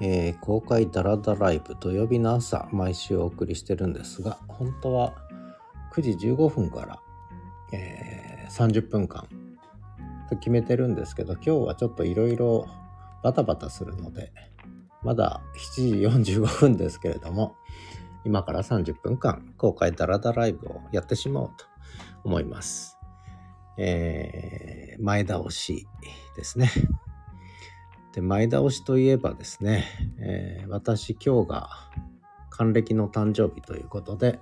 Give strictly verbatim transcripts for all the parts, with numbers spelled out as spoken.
えー、公開ダラダライブ土曜日の朝毎週お送りしてるんですが、本当はくじじゅうごふんから、えー、さんじゅっぷんかんと決めてるんですけど、今日はちょっといろいろバタバタするのでまだしちじよんじゅうごふんですけれども、今からさんじゅっぷんかん公開ダラダライブをやってしまおうと思います。えー、前倒しですね。で、前倒しといえばですね、えー、私今日が還暦の誕生日ということで、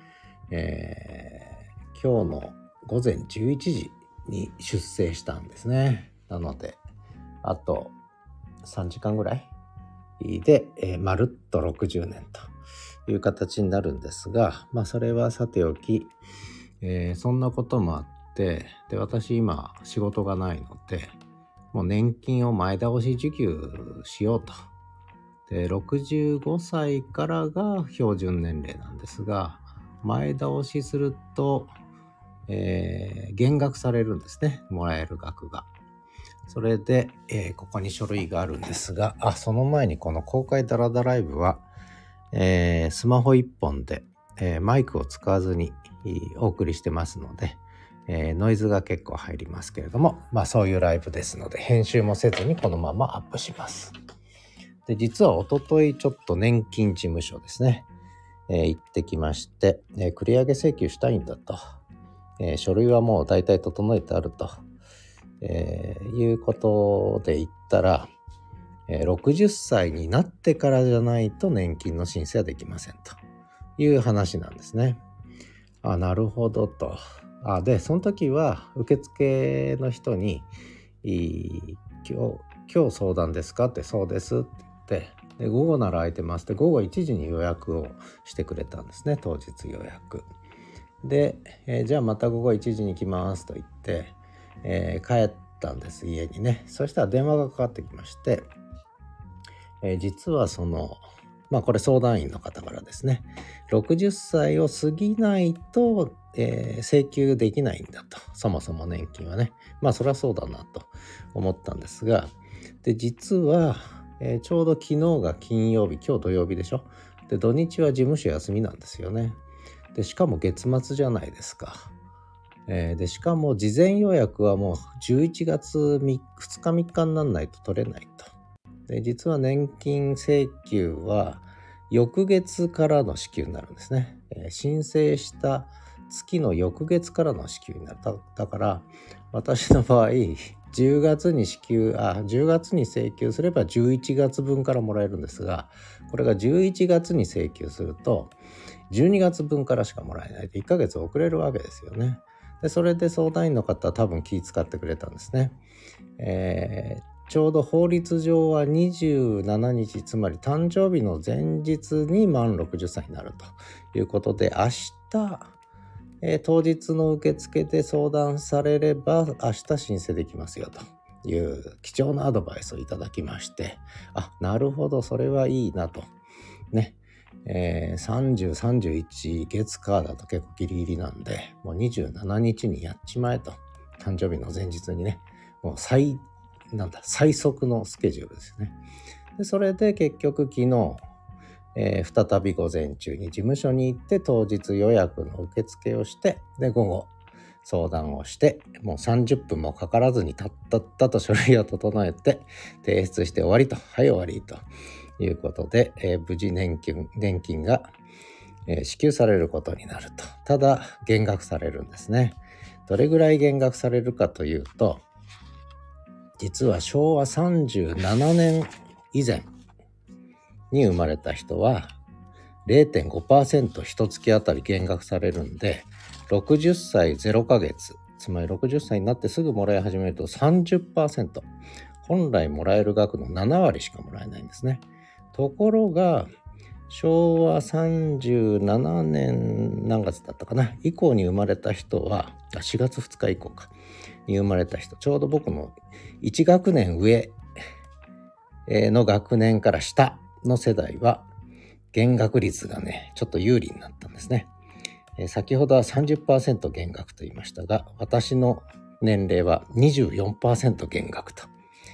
えー、今日の午前じゅういちじに出生したんですね。なのであとさんじかんぐらいで、えー、まるっとろくじゅうねんという形になるんですが、まあそれはさておき、えー、そんなこともあって、で私今仕事がないので、もう年金を前倒し受給しようと。で、ろくじゅうごさいからが標準年齢なんですが、前倒しすると、えー、減額されるんですね、もらえる額が。それで、えー、ここに書類があるんですが、あ、その前にこの公開ダラダライブは、えー、スマホ一本で、えー、マイクを使わずにお送りしてますので、えー、ノイズが結構入りますけれども、まあそういうライブですので、編集もせずにこのままアップします。で、実は一昨日ちょっと年金事務所ですね、えー、行ってきまして、えー、繰り上げ請求したいんだと、えー、書類はもう大体整えてあると、えー、いうことで言ったら、えー、ろくじゅっさいになってからじゃないと年金の申請はできませんという話なんですね。あ、なるほどと。あ、で、その時は受付の人に今日、今日相談ですかって、そうですって言って、で午後なら空いてますってごごいちじに予約をしてくれたんですね、当日予約で、えー、じゃあまたごごいちじに来ますと言って、えー、帰ったんです、家にね。そしたら電話がかかってきまして、えー、実はそのまあこれ相談員の方からですね、ろくじゅっさいを過ぎないと、えー、請求できないんだと、そもそも年金はね。まあそりゃそうだなと思ったんですが、で実は、えー、ちょうど昨日が金曜日、今日土曜日でしょ。で土日は事務所休みなんですよね。でしかも月末じゃないですか。えー、でしかも事前予約はもうじゅういちがつふつかみっかにならないと取れないと。で実は年金請求は翌月からの支給になるんですね。えー、申請した月の翌月からの支給になる。だ、だから私の場合じゅうがつに支給あじゅうがつに請求すればじゅういちがつぶんからもらえるんですが、これがじゅういちがつに請求するとじゅうにがつぶんからしかもらえないといっかげつ遅れるわけですよね。でそれで相談員の方は多分気遣ってくれたんですね。えーちょうど法律上はにじゅうしちにち、つまり誕生日の前日に満ろくじゅっさいになるということで、明日、えー、当日の受付で相談されれば明日申請できますよという貴重なアドバイスをいただきまして、あ、なるほど、それはいいなとね。えー、さんじゅう、さんじゅういち月火だと結構ギリギリなんで、もうにじゅうしちにちにやっちまえと、誕生日の前日にね、もう最なんだ最速のスケジュールですね。でそれで結局昨日、えー、再び午前中に事務所に行って当日予約の受付をして、で午後相談をして、もうさんじゅっぷんもかからずにたったったと書類を整えて提出して終わりと、はい終わりということで、えー、無事年金年金が、えー、支給されることになると。ただ減額されるんですね。どれぐらい減額されるかというと、実はしょうわさんじゅうななねん以前に生まれた人は れいてんごパーセント 一月あたり減額されるんで、ろくじゅっさいゼロかげつ、つまりろくじゅっさいになってすぐもらい始めると さんじゅっパーセント、本来もらえる額のななわりしかもらえないんですね。ところがしょうわさんじゅうななねん何月だったかな以降に生まれた人は、しがつふつか以降かに生まれた人、ちょうど僕のいち学年上の学年から下の世代は減額率がねちょっと有利になったんですね。先ほどは さんじゅっパーセント 減額と言いましたが、私の年齢は にじゅうよんパーセント 減額と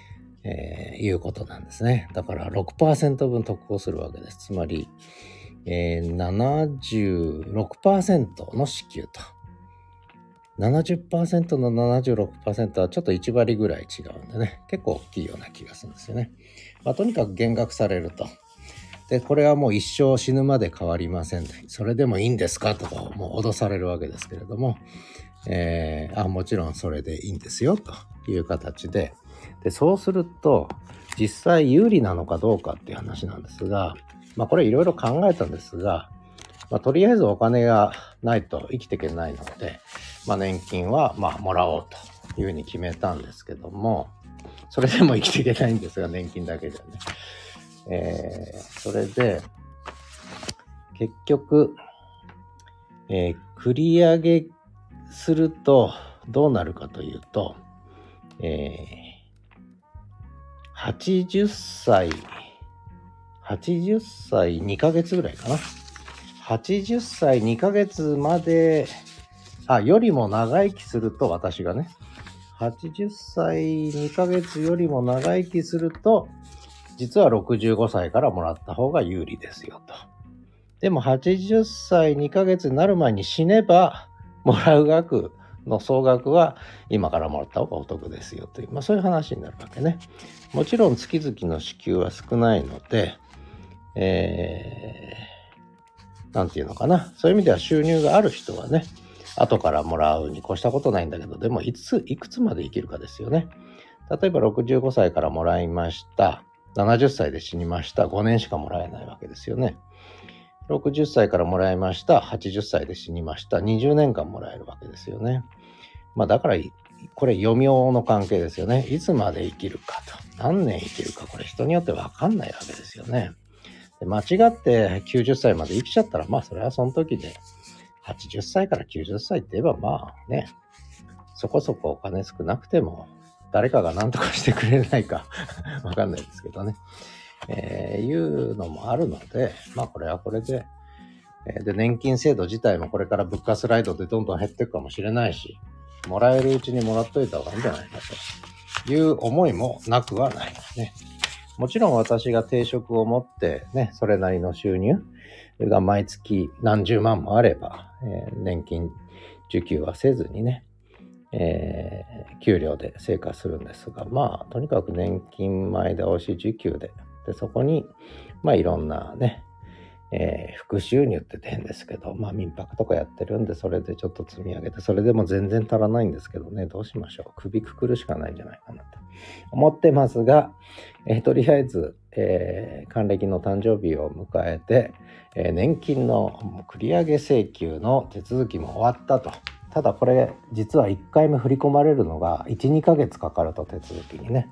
えー、いうことなんですね。だから ろくパーセント 分得をするわけです。つまり、えー、ななじゅうろくパーセント の支給と。ななじゅっパーセント の ななじゅうろくパーセント はちょっといち割ぐらい違うんでね、結構大きいような気がするんですよね。まあ、とにかく減額されると。で、これはもう一生死ぬまで変わりません。それでもいいんですかとかもう脅されるわけですけれども、えー、あ、もちろんそれでいいんですよという形で、で、そうすると実際有利なのかどうかっていう話なんですが、まあこれいろいろ考えたんですが、まあ、とりあえずお金がないと生きていけないので、まあ、年金はまあもらおうというふうに決めたんですけども、それでも生きていけないんですが、年金だけではね。えー、それで結局、えー、繰り上げするとどうなるかというと、えー、はちじゅっさいはちじゅっさいにかげつぐらいかな。はちじゅっさいにかげつまで、あ、よりも長生きすると、私がね、はちじゅっさいにかげつよりも長生きすると、実はろくじゅうごさいからもらった方が有利ですよと。でもはちじゅっさいにかげつになる前に死ねば、もらう額の総額は今からもらった方がお得ですよという、まあそういう話になるわけね。もちろん月々の支給は少ないので、えー、なんていうのかな。そういう意味では収入がある人はね、後からもらうに越したことないんだけど、でもいつ、いくつまで生きるかですよね。例えばろくじゅうごさいからもらいました。ななじゅっさいで死にました。ごねんしかもらえないわけですよね。ろくじゅっさいからもらいました。はちじゅっさいで死にました。にじゅうねんかんもらえるわけですよね。まあだから、これ余命の関係ですよね。いつまで生きるかと。何年生きるか、これ人によって分かんないわけですよね。で、間違ってきゅうじゅっさいまで生きちゃったら、まあそれはその時で、はちじゅっさいからきゅうじゅっさいって言えばまあね、そこそこお金少なくても誰かが何とかしてくれないかわかんないですけどね、えー、いうのもあるので、まあこれはこれで、えー、で年金制度自体もこれから物価スライドでどんどん減っていくかもしれないし、もらえるうちにもらっといた方がいいんじゃないかという思いもなくはないですね。もちろん私が定職を持ってね、それなりの収入が毎月何十万もあれば、えー、年金受給はせずにね、えー、給料で生活するんですが、まあとにかく年金前倒し受給で、でそこにまあいろんなね、えー、副収入って変ですけど、まあ民泊とかやってるんで、それでちょっと積み上げて、それでも全然足らないんですけどね、どうしましょう。首くくるしかないんじゃないかなと思ってますが、えー、とりあえず、えー、還暦の誕生日を迎えて、えー、年金の繰り上げ請求の手続きも終わったと。ただこれ実はいっかいめ振り込まれるのがいち、にかげつかかると、手続きにね。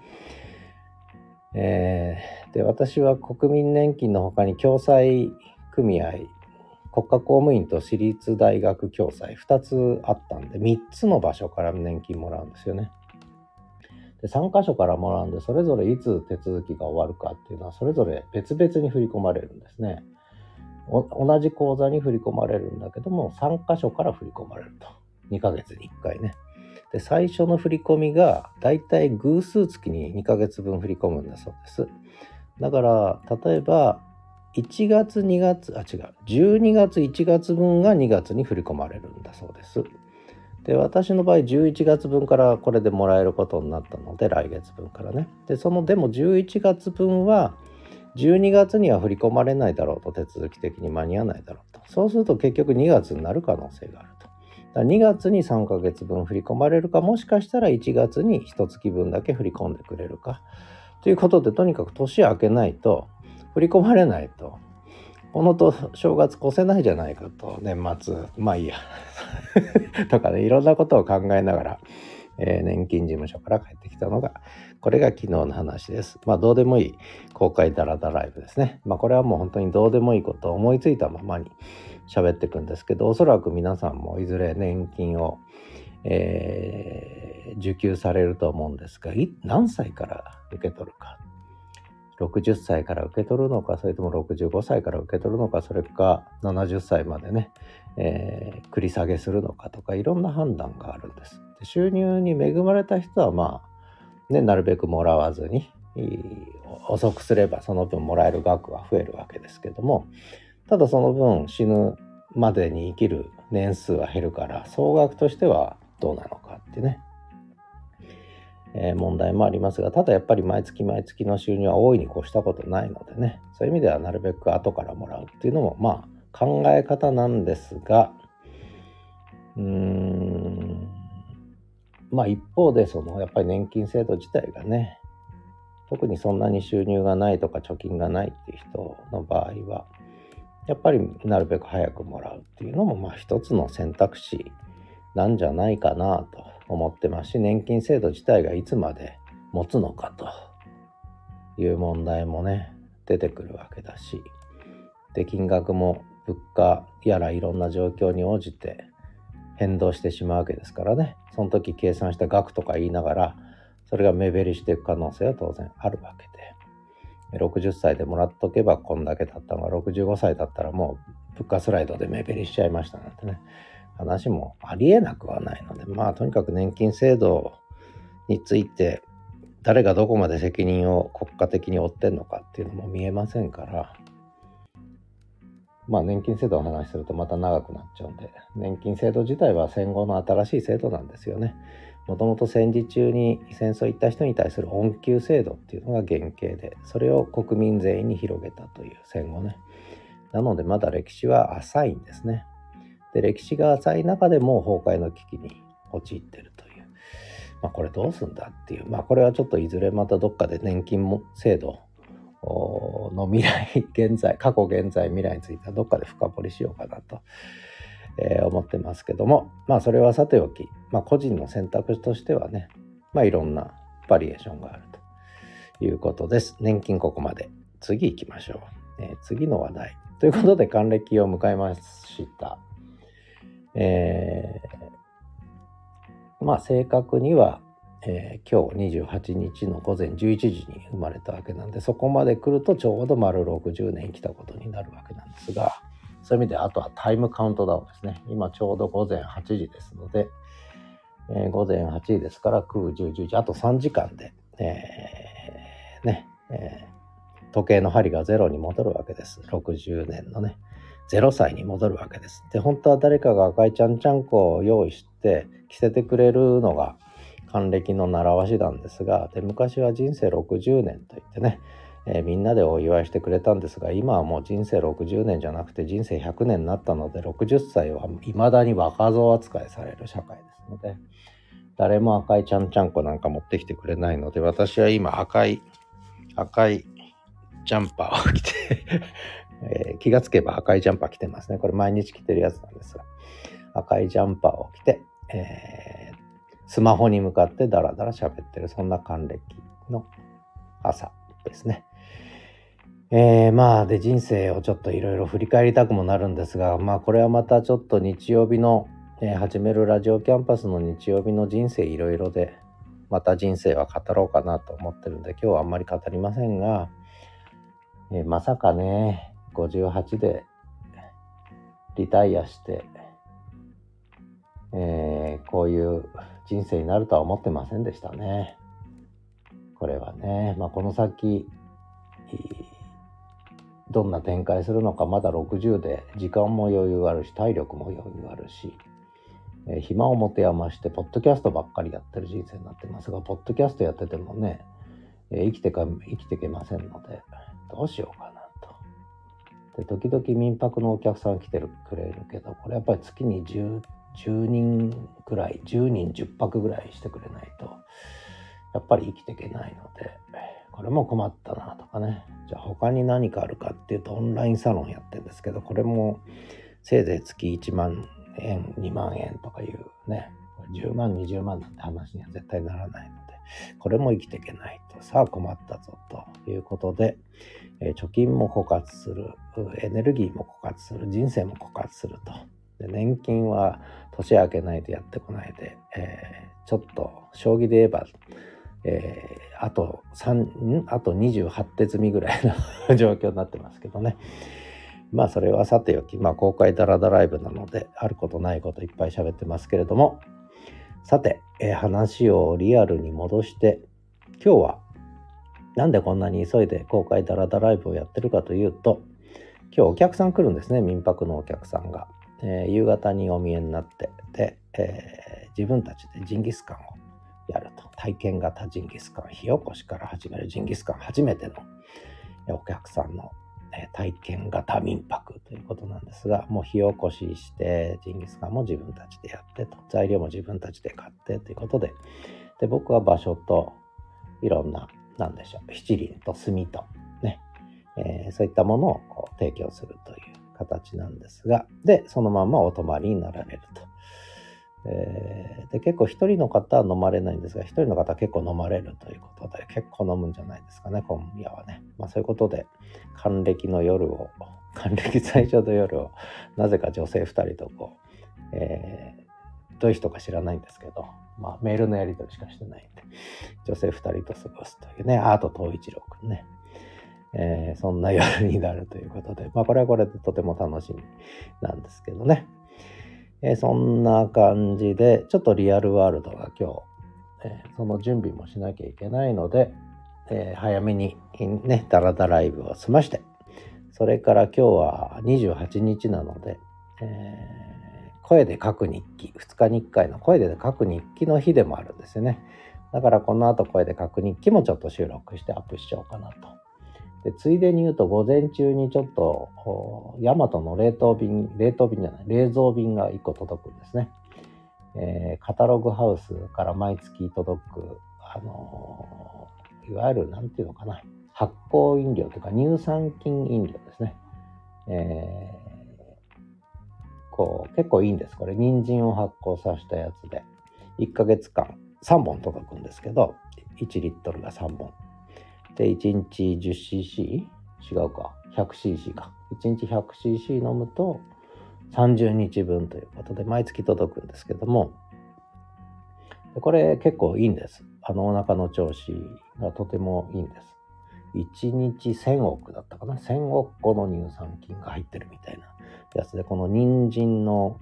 えー、で私は国民年金の他に共済組合、国家公務員と私立大学共済ふたつあったんで、みっつの場所から年金もらうんですよね。でさんかしょからもらうんで、それぞれいつ手続きが終わるかっていうのはそれぞれ別々に振り込まれるんですね。同じ口座に振り込まれるんだけども、さんかしょから振り込まれると。にかげつにいっかいね。で最初の振り込みがだいたい偶数月ににかげつぶん振り込むんだそうです。だから例えばいちがつにがつあ違うじゅうにがついちがつぶんがにがつに振り込まれるんだそうです。で私の場合じゅういちがつぶんからこれでもらえることになったので、来月分からね。でそのでもじゅういちがつぶんはじゅうにがつには振り込まれないだろうと、手続き的に間に合わないだろうと。そうすると結局にがつになる可能性があると。だからにがつにさんかげつぶん振り込まれるか、もしかしたらいちがつにいちがつぶんだけ振り込んでくれるかということで、とにかく年明けないと、振り込まれないとこのと正月越せないじゃないかと、年末まあいいやとかね、いろんなことを考えながら、えー、年金事務所から帰ってきたのが、これが昨日の話です。まあどうでもいい公開ダラダライブですね。まあこれはもう本当にどうでもいいことを思いついたままに喋っていくんですけど、おそらく皆さんもいずれ年金を、えー、受給されると思うんですが、何歳から受け取るか。ろくじゅっさいから受け取るのか、それともろくじゅうごさいから受け取るのか、それかななじゅっさいまでね、えー、繰り下げするのかとか、いろんな判断があるんです。で収入に恵まれた人はまあね、なるべくもらわずに、 遅くすればその分もらえる額は増えるわけですけども、ただその分死ぬまでに生きる年数は減るから総額としてはどうなのかってね、えー、問題もありますが、ただやっぱり毎月毎月の収入は大いに越したことないのでね、そういう意味ではなるべく後からもらうっていうのもまあ考え方なんですが、うーんまあ一方でそのやっぱり年金制度自体がね、特にそんなに収入がないとか貯金がないっていう人の場合はやっぱりなるべく早くもらうっていうのもまあ一つの選択肢なんじゃないかなと思ってますし、年金制度自体がいつまで持つのかという問題もね出てくるわけだし、で金額も物価やらいろんな状況に応じて変動してしまうわけですからね、その時計算した額とか言いながらそれが目減りしていく可能性は当然あるわけで、ろくじゅっさいでもらっとけばこんだけだったのがろくじゅうごさいだったらもう物価スライドで目減りしちゃいましたなんてね話もありえなくはないので、まあとにかく年金制度について誰がどこまで責任を国家的に負ってんのかっていうのも見えませんから、まあ年金制度の話するとまた長くなっちゃうんで、年金制度自体は戦後の新しい制度なんですよね。もともと戦時中に戦争行った人に対する恩給制度っていうのが原型で、それを国民全員に広げたという戦後ね。なのでまだ歴史は浅いんですね。で歴史が浅い中でも崩壊の危機に陥っているという、まあこれどうすんだっていう、まあこれはちょっといずれまたどっかで年金も制度の未来現在過去現在未来についてはどっかで深掘りしようかなと、えー、思ってますけども、まあそれはさておき、まあ個人の選択としてはね、まあいろんなバリエーションがあるということです。年金ここまで。次行きましょう、えー、次の話題ということで還暦を迎えました。えー、まあ正確にはえー、今日にじゅうはちにちの午前じゅういちじに生まれたわけなんで、そこまで来るとちょうど丸ろくじゅうねん生きたことになるわけなんですが、そういう意味であとはタイムカウントダウンですね。今ちょうど午前はちじですので、えー、午前はちじですからく、じゅう、じゅういち、あとさんじかんで、えー、ね、えー、時計の針がゼロに戻るわけです。ろくじゅうねんのね、ゼロさいに戻るわけです。で、本当は誰かが赤いちゃんちゃんこを用意して着せてくれるのが還暦の習わしなんですが、で昔は人生ろくじゅうねんといってね、えー、みんなでお祝いしてくれたんですが、今はもう人生ろくじゅうねんじゃなくて人生ひゃくねんになったので、ろくじゅっさいは未だに若造扱いされる社会ですので、誰も赤いちゃんちゃんこなんか持ってきてくれないので、私は今赤い赤いジャンパーを着て、えー、気がつけば赤いジャンパー着てますね。これ毎日着てるやつなんですが、赤いジャンパーを着て、えースマホに向かってダラダラ喋ってる、そんな還暦の朝ですね。えー、まあで人生をちょっといろいろ振り返りたくもなるんですが、まあこれはまたちょっと日曜日の、えー、始めるラジオキャンパスの日曜日の人生いろいろでまた人生は語ろうかなと思ってるんで、今日はあんまり語りませんが、えー、まさかねごじゅうはちでリタイアして、えー、こういう人生になるとは思ってませんでしたね。これはね、まあ、この先どんな展開するのか、まだろくじゅうで時間も余裕あるし体力も余裕あるし、えー、暇を持て余してポッドキャストばっかりやってる人生になってますが、ポッドキャストやっててもね、えー、生きてか生きていけませんので、どうしようかなと。で時々民泊のお客さん来てるくれるけど、これやっぱり月にじゅうじゅうにんくらい、じゅうにんじゅっぱくぐらいしてくれないとやっぱり生きていけないので、これも困ったなとかね。じゃあ他に何かあるかっていうと、オンラインサロンやってるんですけど、これもせいぜい月いちまんえんにまんえんとかいうね、じゅうまんにじゅうまんなんて話には絶対ならないので、これも生きていけないと、さあ困ったぞということで、えー、貯金も枯渇する、エネルギーも枯渇する、人生も枯渇すると。で年金は年明けないとやってこないで、えー、ちょっと将棋で言えば、えー、あと3あとにじゅうはち手積みぐらいの状況になってますけどね。まあそれはさておき、まあ公開ダラダライブなのであることないこといっぱい喋ってますけれども、さて、えー、話をリアルに戻して、今日はなんでこんなに急いで公開ダラダライブをやってるかというと、今日お客さん来るんですね。民泊のお客さんが、えー、夕方にお見えになって、で、えー、自分たちでジンギスカンをやると。体験型ジンギスカン、火起こしから始めるジンギスカン、初めてのお客さんの体験型民泊ということなんですが、もう火起こししてジンギスカンも自分たちでやってと、材料も自分たちで買ってということで、で僕は場所といろんな、なんでしょう、七輪と炭とね、えー、そういったものをこう提供するという形なんですが、でそのままお泊まりになられると。えー、で結構一人の方は飲まれないんですが、一人の方は結構飲まれるということで、結構飲むんじゃないですかね、今夜はね。まあそういうことで、還暦の夜を、還暦最初の夜を、なぜか女性二人とこう、えー、どういう人か知らないんですけど、まあメールのやり取りしかしてないんで、女性二人と過ごすというね、あと東一郎くんね。えー、そんな夜になるということで、まあこれはこれでとても楽しみなんですけどね。えー、そんな感じで、ちょっとリアルワールドが今日、えー、その準備もしなきゃいけないので、えー、早めにね、ダラダライブを済まして、それから今日はにじゅうはちにちなので、えー、声で書く日記、ふつかにいっかいの声で書く日記の日でもあるんですよね。だからこの後声で書く日記もちょっと収録してアップしちゃおうかなと。でついでに言うと、午前中にちょっとヤマトの冷凍便冷凍便じゃない冷蔵便がいっこ届くんですね。えー、カタログハウスから毎月届く、あのー、いわゆるなんていうのかな、発酵飲料というか乳酸菌飲料ですね。えー、こう結構いいんです。これ人参を発酵させたやつでいっかげつかんさんぼん届くんですけど、いちリットルがさんぼんで、いちにち じゅっシーシー？ 違うか、ひゃくシーシー か。いちにち ひゃくシーシー 飲むとさんじゅうにちぶんということで、毎月届くんですけども、これ結構いいんです。あのお腹の調子がとてもいいんです。いちにちせんおくだったかな。せんおく個の乳酸菌が入ってるみたいなやつで、この人参の、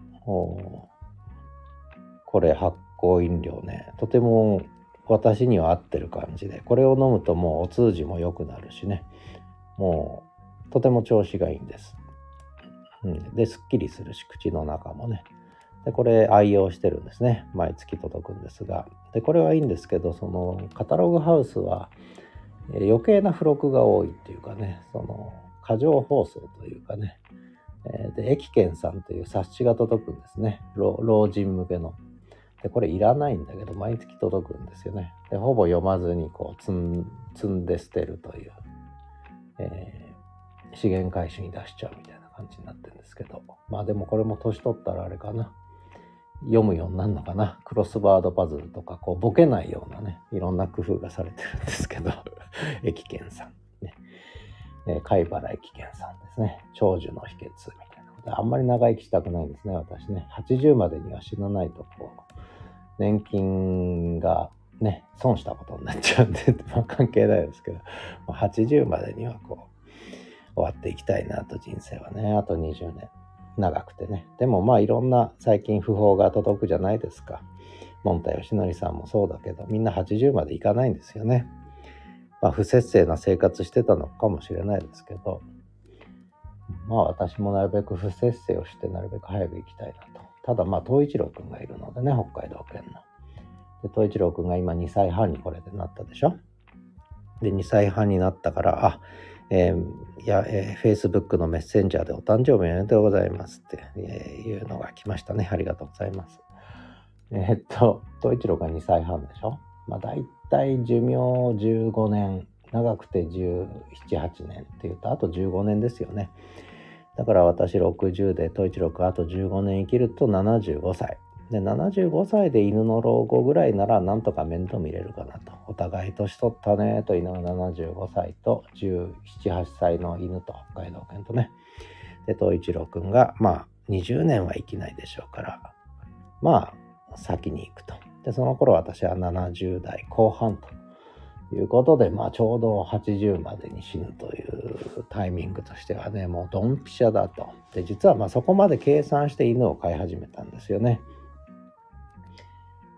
これ発酵飲料ね、とても私には合ってる感じで、これを飲むともうお通じも良くなるしね、もうとても調子がいいんです、うん、ですっきりするし、口の中もね。でこれ愛用してるんですね。毎月届くんですが、でこれはいいんですけど、そのカタログハウスは余計な付録が多いっていうかね、その過剰包装というかね、で駅研さんという冊子が届くんですね。老人向けの。でこれいらないんだけど毎月届くんですよね。でほぼ読まずにこう積ん積んで捨てるという、えー、資源回収に出しちゃうみたいな感じになってるんですけど、まあでもこれも年取ったらあれかな、読むようになるのかな。クロスワードパズルとかこうボケないようなね、いろんな工夫がされてるんですけど駅研さんね、えー、貝原駅研さんですね。長寿の秘訣みたいなことで、あんまり長生きしたくないんですね、私ね。はちじゅうまでには死なないとこう年金がね損したことになっちゃうんでまあ関係ないですけど、はちじゅうまでにはこう終わっていきたいなと、人生はね。あとにじゅうねん長くてね。でもまあいろんな最近訃報が届くじゃないですか。もんたよしのりさんもそうだけど、みんなはちじゅうまでいかないんですよね。まあ不節制な生活してたのかもしれないですけど、まあ私もなるべく不節制をしてなるべく早く行きたいなと。ただまあ東一郎くんがいるのでね、北海道県の。で東一郎くんが今にさいはんにこれでなったでしょ。でにさいはんになったから、あ、えー、いや、えー、Facebook のメッセンジャーでお誕生日おめでとうございますって、えー、いうのが来ましたね。ありがとうございます。えー、っと東一郎がにさいはんでしょ。まあだいたい寿命じゅうごねん、長くてじゅうなな、はちねんっていうとあとじゅうごねんですよね。だから私ろくじゅうで、東一郎くんあとじゅうごねん生きるとななじゅうごさいで、ななじゅうごさいで犬の老後ぐらいならなんとか面倒見れるかなと。お互い年取ったねと言いながらななじゅうごさいとじゅうなな、はっさいの犬と北海道犬とね。で東一郎くんがまあにじゅうねんは生きないでしょうから、まあ先に行くと。でその頃私はななじゅうだいこう半ということで、まあちょうどはちじゅうまでに死ぬというタイミングとしてはね、もうドンピシャだと。で実はまあそこまで計算して犬を飼い始めたんですよね。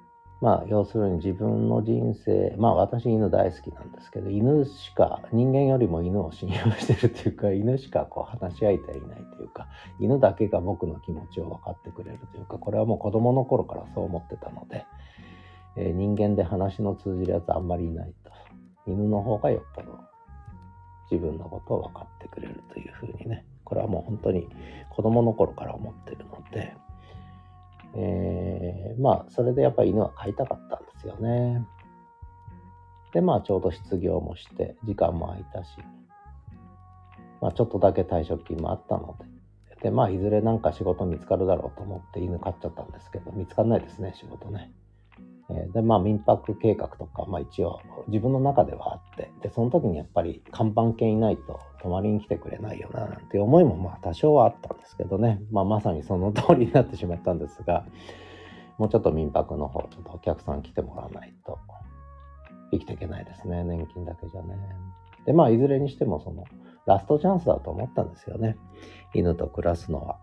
まあ要するに自分の人生、まあ私犬大好きなんですけど、犬しか、人間よりも犬を信用してるというか、犬しかこう話し相手はいないというか、犬だけが僕の気持ちを分かってくれるというか、これはもう子供の頃からそう思ってたので、えー、人間で話の通じるやつあんまりいないと。犬の方がよっぽど自分のことを分かってくれるというふうにね、これはもう本当に子供の頃から思ってるので、えー、まあそれでやっぱり犬は飼いたかったんですよね。でまあちょうど失業もして時間も空いたし、まあちょっとだけ退職金もあったので、でまあいずれなんか仕事見つかるだろうと思って犬飼っちゃったんですけど、見つかんないですね、仕事ね。でまあ民泊計画とか、まあ、一応自分の中ではあって、でその時にやっぱり看板犬いないと泊まりに来てくれないよななんていう思いもまあ多少はあったんですけどね、まあ、まさにその通りになってしまったんですが、もうちょっと民泊の方ちょっとお客さん来てもらわないと生きていけないですね、年金だけじゃね。でまあいずれにしてもそのラストチャンスだと思ったんですよね、犬と暮らすのは。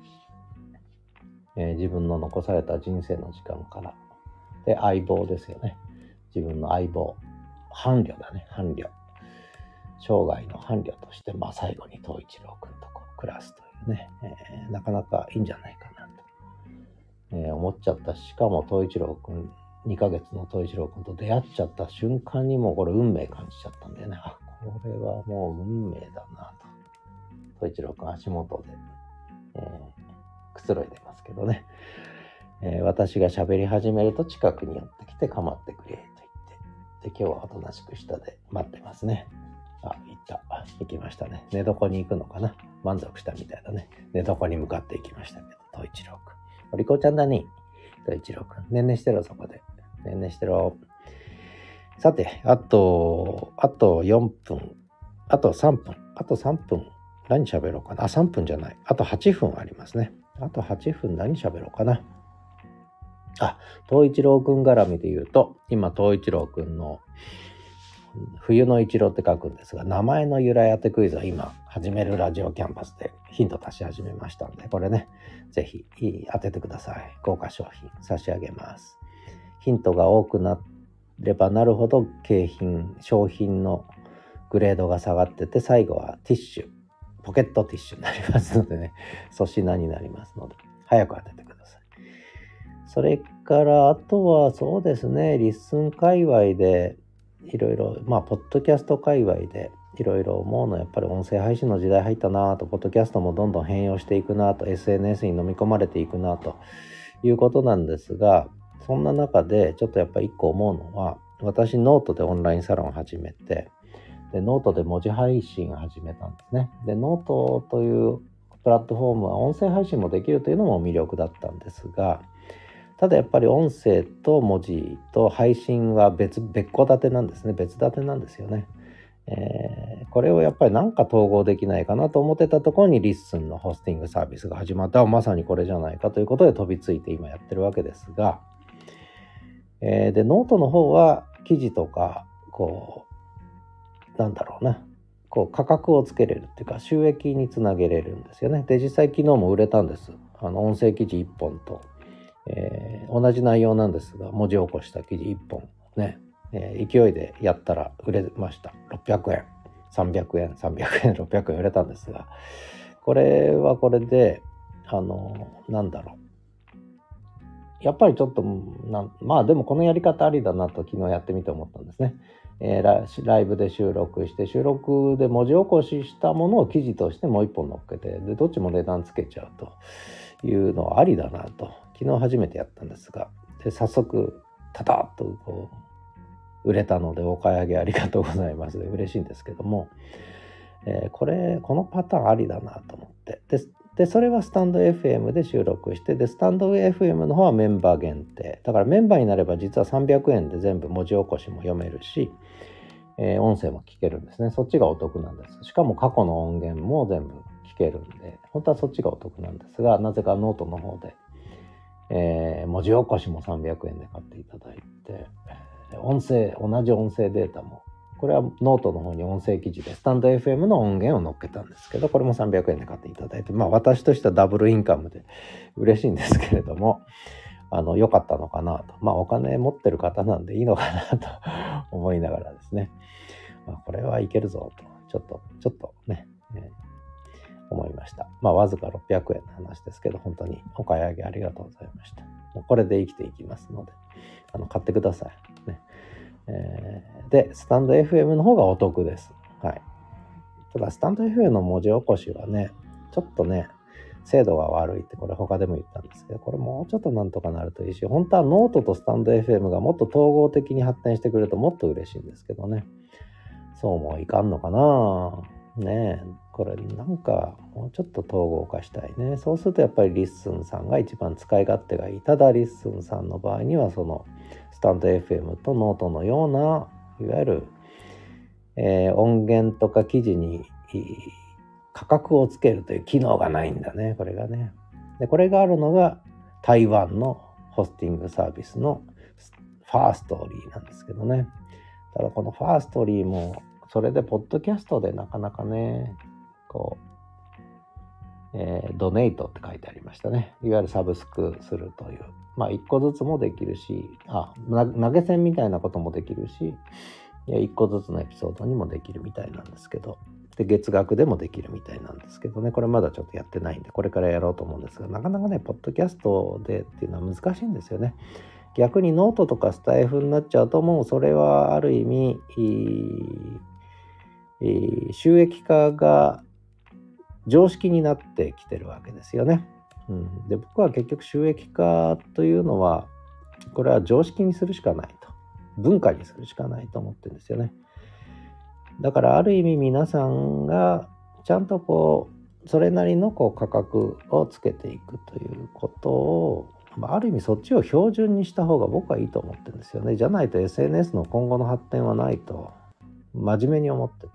えー、自分の残された人生の時間からで相棒ですよね。自分の相棒。伴侶だね。伴侶。生涯の伴侶として、まあ最後に東一郎くんとこう暮らすというね、えー、なかなかいいんじゃないかなと、えー、思っちゃったし、しかも東一郎くん、にかげつの東一郎くんと出会っちゃった瞬間にもうこれ運命感じちゃったんだよね。あ、これはもう運命だなと。東一郎くん足元で、えー、くつろいでますけどね。えー、私が喋り始めると近くに寄ってきて構ってくれと言って、で今日はおとなしく下で待ってますね。あ、行った。行きましたね。寝床に行くのかな。満足したみたいだね。寝床に向かって行きましたけど、東一郎くん。お利口ちゃんだね。東一郎くん。ねんねしてろ、そこで。ねんねしてろ。さて、あと、あとよんぷん。あとさんぷん。あとさんぷん。何喋ろうかな。あ、さんぷんじゃない。あとはちふんありますね。あとはちふん何喋ろうかな。あ、東一郎くん絡みで言うと、今東一郎くんの冬の一郎って書くんですが、名前の由来当てクイズは今始めるラジオキャンパスでヒント足し始めましたので、これね、ぜひ当ててください。豪華商品差し上げます。ヒントが多くなればなるほど景品、商品のグレードが下がってて、最後はティッシュ、ポケットティッシュになりますのでね、粗品になりますので、早く当ててください。それからあとはそうですね、リッスン界隈でいろいろ、まあポッドキャスト界隈でいろいろ思うのは、やっぱり音声配信の時代入ったなと、ポッドキャストもどんどん変容していくなと、 エスエヌエス に飲み込まれていくなということなんですが、そんな中でちょっとやっぱり一個思うのは、私ノートでオンラインサロンを始めて、でノートで文字配信を始めたんですね。でノートというプラットフォームは音声配信もできるというのも魅力だったんですが、ただやっぱり音声と文字と配信は別別個立てなんですね。別立てなんですよね。えー、これをやっぱりなんか統合できないかなと思ってたところにリッスンのホスティングサービスが始まった。まさにこれじゃないかということで飛びついて今やってるわけですが、えー、でノートの方は記事とかこうなんだろうな、こう価格をつけれるっていうか収益につなげれるんですよね。で実際昨日も売れたんです。あの音声記事いっぽんと、えー、同じ内容なんですが文字起こした記事いっぽんね、えー、勢いでやったら売れました。ろっぴゃくえん、さんびゃくえん、さんびゃくえん、ろっぴゃくえん売れたんですが、これはこれであのなんだろう、やっぱりちょっとなまあでもこのやり方ありだなと昨日やってみて思ったんですね。えー、ラ, ライブで収録して収録で文字起こししたものを記事としてもう一本載っけて、でどっちも値段つけちゃうというのはありだなと昨日初めてやったんですが、で早速タタッとこう売れたのでお買い上げありがとうございますで嬉しいんですけども、えー、これこのパターンありだなと思って、ででそれはスタンド エフエム で収録して、でスタンド エフエム の方はメンバー限定だから、メンバーになれば実はさんびゃくえんで全部文字起こしも読めるし、えー、音声も聞けるんですね。そっちがお得なんです。しかも過去の音源も全部聞けるんで、本当はそっちがお得なんですが、なぜかノートの方で、えー、文字起こしもさんびゃくえんで買っていただいて、音声同じ音声データも、これはノートの方に音声記事でスタンド エフエム の音源を載っけたんですけど、これもさんびゃくえんで買っていただいて、まあ私としてはダブルインカムで嬉しいんですけれども、 あの良かったのかなと。まあお金持ってる方なんでいいのかなと思いながらですね、まあ、これはいけるぞとちょっとちょっとね、えー思いました。まあわずかろっぴゃくえんの話ですけど、本当にお買い上げありがとうございました。もうこれで生きていきますので、あの買ってください、ね。えー、でスタンド エフエム の方がお得です。はい。ただスタンド エフエム の文字起こしはね、ちょっとね精度が悪いって、これ他でも言ったんですけど、これもうちょっとなんとかなるといいし、本当はノートとスタンド エフエム がもっと統合的に発展してくれるともっと嬉しいんですけどね、そうもいかんのかなね。えこれなんかもうちょっと統合化したいね。そうするとやっぱりリッスンさんが一番使い勝手がいい。ただリッスンさんの場合にはそのスタンド エフエム とノートのようないわゆる、えー、音源とか記事に価格をつけるという機能がないんだね、これがね。でこれがあるのが台湾のホスティングサービスのファーストーリーなんですけどね。ただこのファーストーリーもそれでポッドキャストでなかなかね、こう、えー、ドネイトって書いてありましたね。いわゆるサブスクするという。まあ一個ずつもできるし、あ、投げ銭みたいなこともできるし、一個ずつのエピソードにもできるみたいなんですけど、で月額でもできるみたいなんですけどね、これまだちょっとやってないんで、これからやろうと思うんですが、なかなかね、ポッドキャストでっていうのは難しいんですよね。逆にノートとかスタイフになっちゃうと、もうそれはある意味、収益化が常識になってきてるわけですよね。うん、で僕は結局収益化というのはこれは常識にするしかないと、文化にするしかないと思ってるんですよね。だからある意味皆さんがちゃんとこうそれなりのこう価格をつけていくということを、ある意味そっちを標準にした方が僕はいいと思ってるんですよね。じゃないと エスエヌエス の今後の発展はないと真面目に思ってて、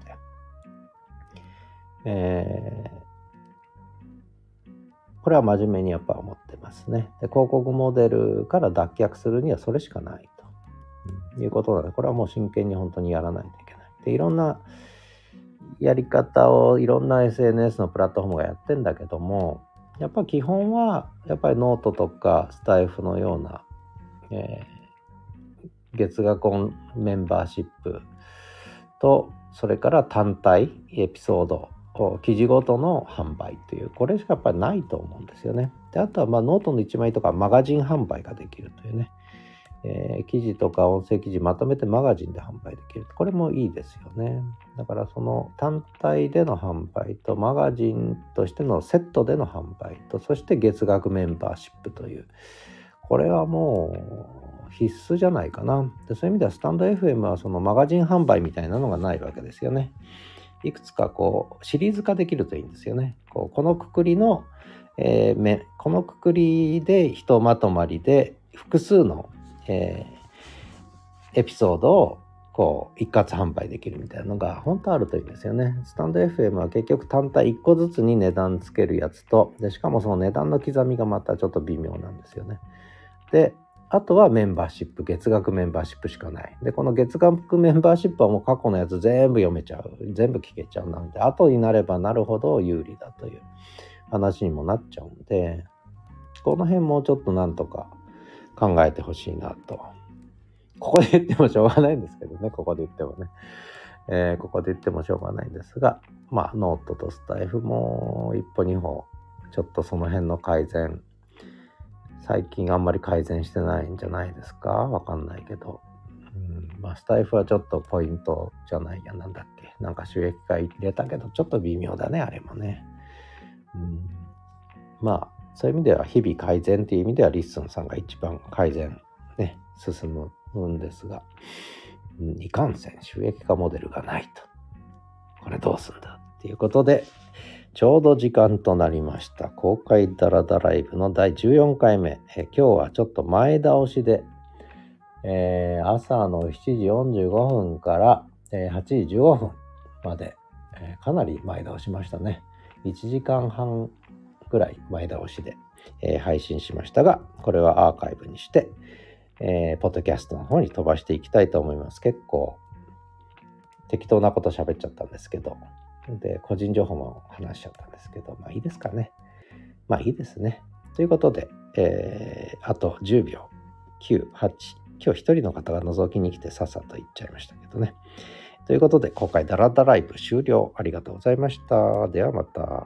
えー、これは真面目にやっぱ思ってますね。で広告モデルから脱却するにはそれしかないということなので、これはもう真剣に本当にやらないといけない。でいろんなやり方をいろんな エスエヌエス のプラットフォームがやってんだけども、やっぱ基本はやっぱりノートとかスタイフのような、えー、月額メンバーシップと、それから単体エピソード記事ごとの販売という、これしかやっぱりないと思うんですよね。であとはまあノートのいちまいとかマガジン販売ができるというね、えー、記事とか音声記事まとめてマガジンで販売できる、これもいいですよね。だからその単体での販売とマガジンとしてのセットでの販売と、そして月額メンバーシップという、これはもう必須じゃないかな。でそういう意味ではスタンド エフエム はそのマガジン販売みたいなのがないわけですよね。いくつかこうシリーズ化できるといいんですよね。こうこのくくりの、えー、めこのくくりでひとまとまりで複数の、えー、エピソードをこう一括販売できるみたいなのが本当あるといいんですよね。スタンド エフエム は結局単体いっこずつに値段つけるやつと、でしかもその値段の刻みがまたちょっと微妙なんですよね。であとはメンバーシップ、月額メンバーシップしかない。でこの月額メンバーシップはもう過去のやつ全部読めちゃう、全部聞けちゃうなんで、後になればなるほど有利だという話にもなっちゃうんで、この辺もうちょっとなんとか考えてほしいなと。ここで言ってもしょうがないんですけどね、ここで言ってもね、えー、ここで言ってもしょうがないんですが、まあノートとスタイフも一歩二歩ちょっとその辺の改善、最近あんまり改善してないんじゃないですか、わかんないけど、うん、まあスタイフはちょっとポイントじゃないや、なんだっけ、なんか収益化入れたけどちょっと微妙だね、あれもね。うん、まあそういう意味では日々改善っていう意味ではリッスンさんが一番改善ね進むんですが、うん、いかんせん収益化モデルがないと、これどうすんだっていうことで、ちょうど時間となりました。公開ダラダライブのだいじゅうよんかいめ。え今日はちょっと前倒しで、えー、朝のしちじよんじゅうごふんから、えー、はちじじゅうごふんまで、えー、かなり前倒しましたね。いちじかんはんぐらい前倒しで、えー、配信しましたが、これはアーカイブにして、えー、ポッドキャストの方に飛ばしていきたいと思います。結構適当なこと喋っちゃったんですけど、で個人情報も話しちゃったんですけど、まあいいですかね。まあいいですね。ということで、 えー、あとじゅうびょう、きゅう、はち、今日一人の方が覗きに来てさっさと行っちゃいましたけどね。ということで、今回ダラダライブ終了。ありがとうございました。ではまた。